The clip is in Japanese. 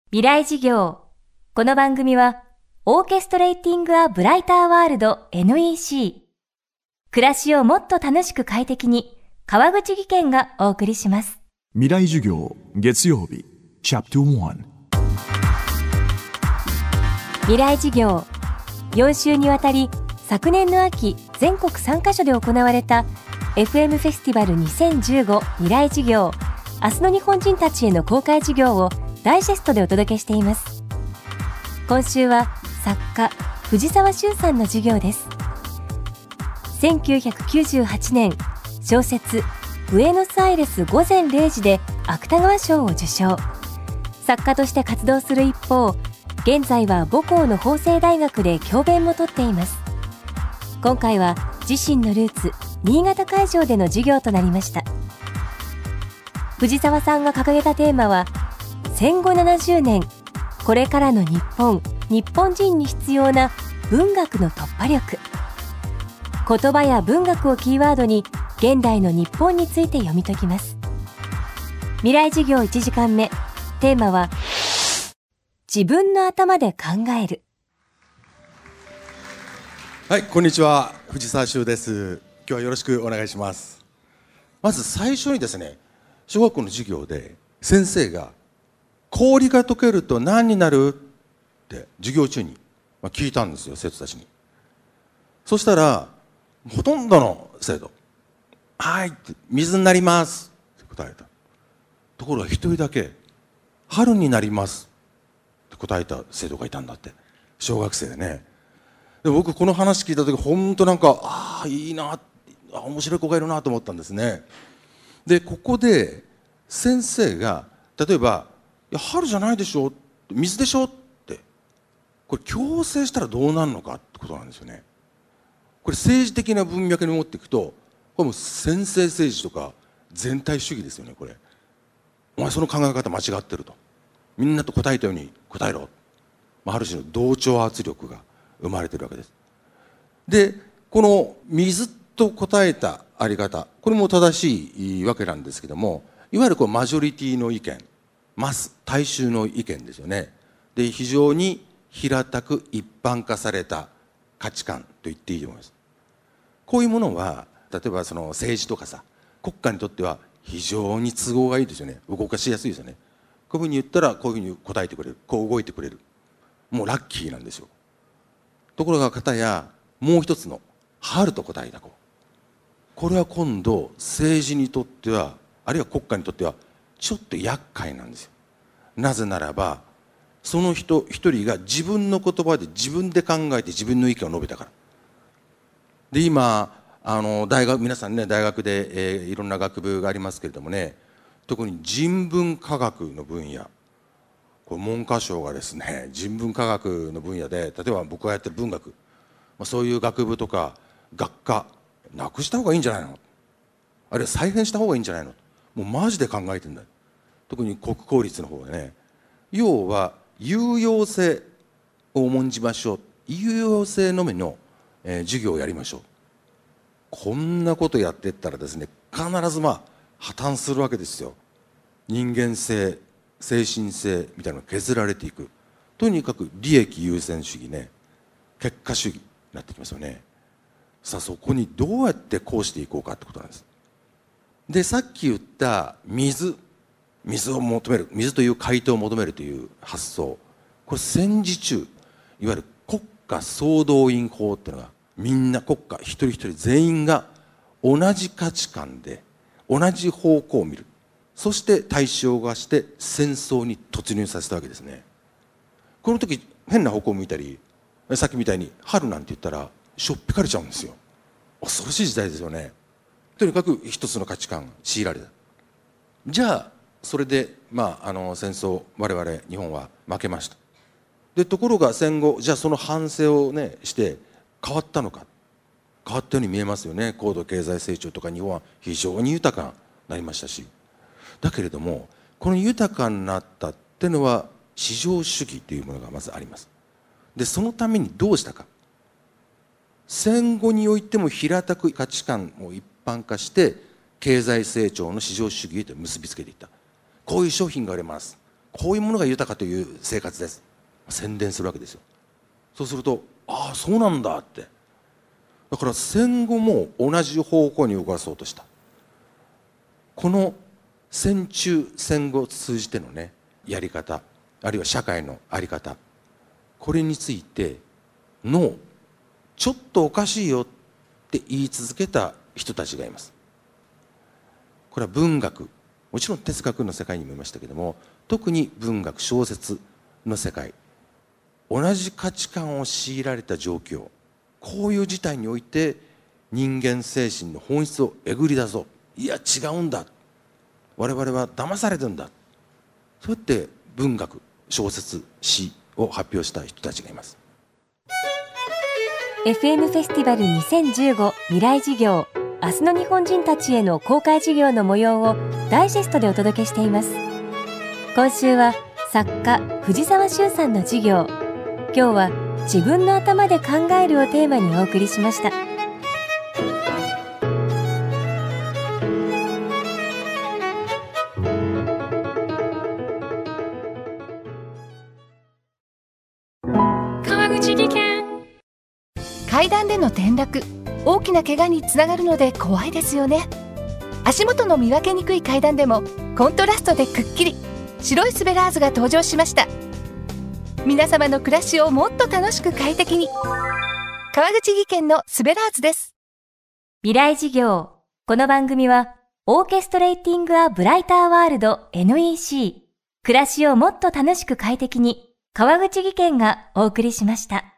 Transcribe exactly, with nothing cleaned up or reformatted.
未来事業。この番組は、オーケストレーティング・ア・ブライター・ワールド エヌイーシー。暮らしをもっと楽しく快適に、川口義賢がお送りします。 未来授業月曜日チャプターワン。 未来事業。よん週にわたり、昨年の秋、全国さんカ所で行われた エフエム フェスティバルにせんじゅうご未来事業、明日の日本人たちへの公開授業をダイジェストでお届けしています。今週は作家藤沢修さんの授業です。せんきゅうひゃくきゅうじゅうはちねん、小説ブエノスアイレス午前れいじで芥川賞を受賞。作家として活動する一方、現在は母校の法政大学で教鞭もとっています。今回は自身のルーツ新潟会場での授業となりました。藤沢さんが掲げたテーマは、戦後ななじゅうねん、これからの日本、日本人に必要な文学の突破力。言葉や文学をキーワードに現代の日本について読み解きます。未来授業いちじかんめ、テーマは自分の頭で考える。 はい、こんにちは、藤沢修です。今日はよろしくお願いします。まず最初にですね、小学校の授業で先生が氷が溶けると何になるって授業中に聞いたんですよ、生徒たちに。そしたらほとんどの生徒、はいって水になりますって答えた。ところが一人だけ春になりますって答えた生徒がいたんだって。小学生でね。で僕この話聞いた時本当なんかああいいな、あ面白い子がいるなと思ったんですね。でここで先生が例えばいや春じゃないでしょ、水でしょって、これ強制したらどうなるのかってことなんですよね。これ政治的な文脈に持っていくと、これもう専制政治とか全体主義ですよね。これお前その考え方間違ってると、みんなと答えたように答えろ、ある種の同調圧力が生まれてるわけです。でこの水と答えたあり方、これも正しいわけなんですけども、いわゆるこうマジョリティの意見、マス大衆の意見ですよね。で非常に平たく一般化された価値観と言っていいと思います。こういうものは例えばその政治とかさ、国家にとっては非常に都合がいいですよね。動かしやすいですよね。こういうふうに言ったらこういうふうに答えてくれる、こう動いてくれる、もうラッキーなんですよ。ところが片やもう一つの春と答えた子、これは今度政治にとってはあるいは国家にとってはちょっと厄介なんですよ。なぜならばその人一人が自分の言葉で自分で考えて自分の意見を述べたから。で今あの大学皆さんね、大学で、えー、いろんな学部がありますけれどもね、特に人文科学の分野、これ文科省がですね、人文科学の分野で例えば僕がやってる文学、まあ、そういう学部とか学科なくした方がいいんじゃないの、あるいは再編した方がいいんじゃないの、もうマジで考えてるんだよ。特に国公立の方がね、要は有用性を重んじましょう、有用性のみの、えー、授業をやりましょう。こんなことやってったらですね、必ずまあ破綻するわけですよ。人間性、精神性みたいなのが削られていく。とにかく利益優先主義ね、結果主義になってきますよね。さあそこにどうやってこうしていこうかってことなんです。でさっき言った水水を求める、水という回答を求めるという発想、これ戦時中いわゆる国家総動員法っていうのが、みんな国家一人一人全員が同じ価値観で同じ方向を見る、そして対象化して戦争に突入させたわけですね。この時変な方向を向いたり、さっきみたいに春なんて言ったらしょっぴかれちゃうんですよ。恐ろしい時代ですよね。とにかく一つの価値観が強いられた。じゃあそれで、まあ、あの戦争我々日本は負けました。でところが戦後じゃあその反省をねして変わったのか、変わったように見えますよね。高度経済成長とか日本は非常に豊かになりましたし、だけれどもこの豊かになったっていうのは市場主義というものがまずあります。でそのためにどうしたか、戦後においても平たく価値観を一般化して経済成長の市場主義へと結びつけていった。こういう商品が売れます、 こういうものが豊かという生活です。宣伝するわけですよ。そうすると、ああそうなんだって。だから戦後も同じ方向に動かそうとした。この戦中戦後を通じてのねやり方、あるいは社会の在り方、これについてのちょっとおかしいよって言い続けた人たちがいます。これは文学、もちろん哲学の世界にもいましたけれども、特に文学小説の世界、同じ価値観を強いられた状況、こういう事態において人間精神の本質をえぐり出そう、いや違うんだ、我々は騙されてるんだ、そうやって文学小説詩を発表した人たちがいます。 エフエム フェスティバルにせんじゅうご未来事業、明日の日本人たちへの公開事業の模様をダイジェストでお届けしています。今週は作家藤沢修さんの授業、今日は自分の頭で考えるをテーマにお送りしました。 川口技研。階段での転落、大きな怪我につながるので怖いですよね。足元の見分けにくい階段でもコントラストでくっきり白いスベラーズが登場しました。皆様の暮らしをもっと楽しく快適に、川口技研のスベラーズです。 未来事業、この番組はオーケストレーティングアブライターワールド エヌイーシー、 暮らしをもっと楽しく快適に、川口技研がお送りしました。